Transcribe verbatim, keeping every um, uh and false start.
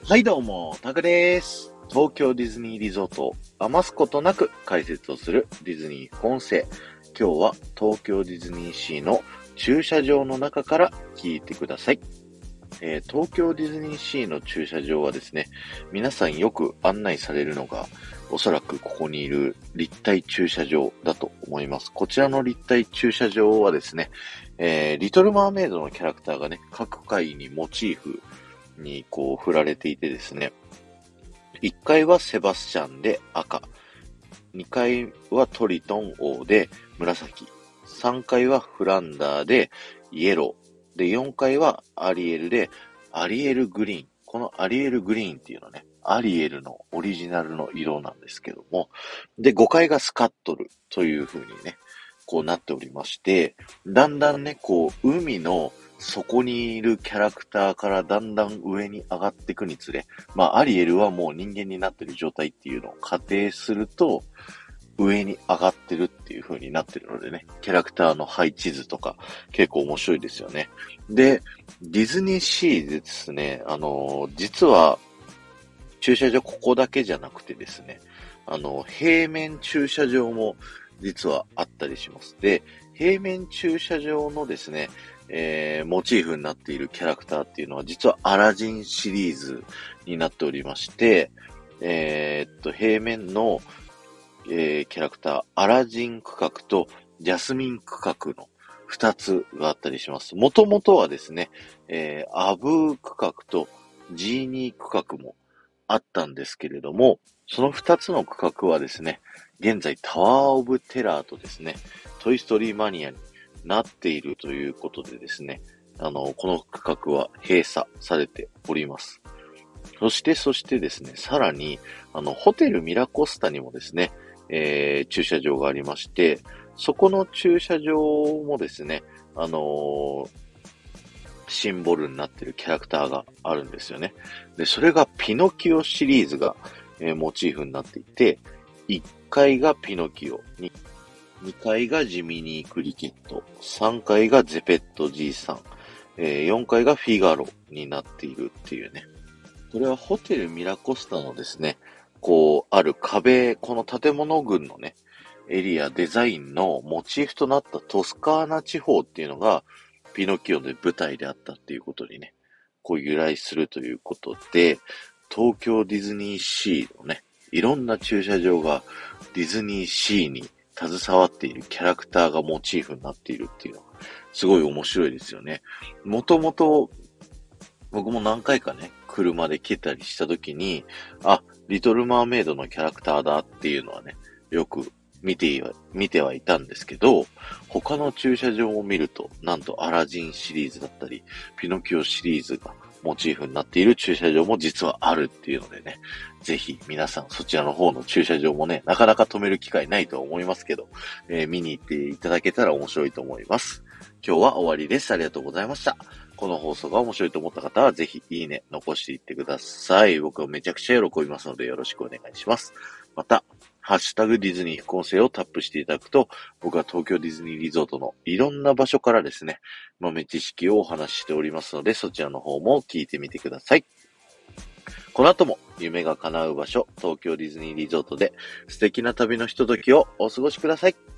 はいどうも、タクです。東京ディズニーリゾートを余すことなく解説をするディズニー副音声。今日は東京ディズニーシーの駐車場の中から聞いてください。えー、東京ディズニーシーの駐車場はですね、皆さんよく案内されるのが、おそらくここにいる立体駐車場だと思います。こちらの立体駐車場はですね、えー、リトルマーメイドのキャラクターがね、各階にモチーフにこう振られていてですね、いっかいはセバスチャンで赤、にかいはトリトン王で紫、さんかいはフランダーでイエロー、でよんかいはアリエルでアリエルグリーン。このアリエルグリーンっていうのはね、アリエルのオリジナルの色なんですけども、でごかいがスカットルという風にね、こうなっておりまして、だんだんね、こう海のそこにいるキャラクターからだんだん上に上がっていくにつれ、まあ、アリエルはもう人間になってる状態っていうのを仮定すると、上に上がってるっていう風になってるのでね、キャラクターの配置図とか結構面白いですよね。で、ディズニーシーでですね、あの、実は駐車場ここだけじゃなくてですね、あの、平面駐車場も実はあったりします。で、平面駐車場のですね、えー、モチーフになっているキャラクターっていうのは実はアラジンシリーズになっておりまして、えー、っと、平面の、えー、キャラクター、アラジン区画とジャスミン区画の二つがあったりします。もともとはですね、えー、アブー区画とジーニー区画もあったんですけれども、その二つの区画はですね、現在タワーオブテラーとですね、トイストーリーマニアになっているということでですね、あの、この区画は閉鎖されております。そして、そしてですね、さらに、あの、ホテルミラコスタにもですね、えー、駐車場がありまして、そこの駐車場もですね、あのー、シンボルになっているキャラクターがあるんですよね。で、それがピノキオシリーズが、えー、モチーフになっていて、いっかいがピノキオ、にかいがジミニークリケット、さんかいがゼペットじいさん、えー、よんかいがフィガロになっているっていうね。これはホテルミラコスタのですね、こう、ある壁、この建物群のね、エリア、デザインのモチーフとなったトスカーナ地方っていうのが、ピノキオで舞台であったっていうことにね、こう由来するということで、東京ディズニーシーのね、いろんな駐車場がディズニーシーに携わっているキャラクターがモチーフになっているっていうのが、すごい面白いですよね。もともと、僕も何回かね、車で来たりした時に、あ、リトルマーメイドのキャラクターだっていうのはね、よく見ては、見てはいたんですけど、他の駐車場を見ると、なんとアラジンシリーズだったり、ピノキオシリーズがモチーフになっている駐車場も実はあるっていうのでね、ぜひ皆さんそちらの方の駐車場もね、なかなか止める機会ないとは思いますけど、えー、見に行っていただけたら面白いと思います。今日は終わりです。ありがとうございました。この放送が面白いと思った方はぜひいいね残していってください。僕はめちゃくちゃ喜びますのでよろしくお願いします。また、ハッシュタグディズニー副音声をタップしていただくと、僕は東京ディズニーリゾートのいろんな場所からですね、豆知識をお話ししておりますので、そちらの方も聞いてみてください。この後も夢が叶う場所、東京ディズニーリゾートで素敵な旅のひとときをお過ごしください。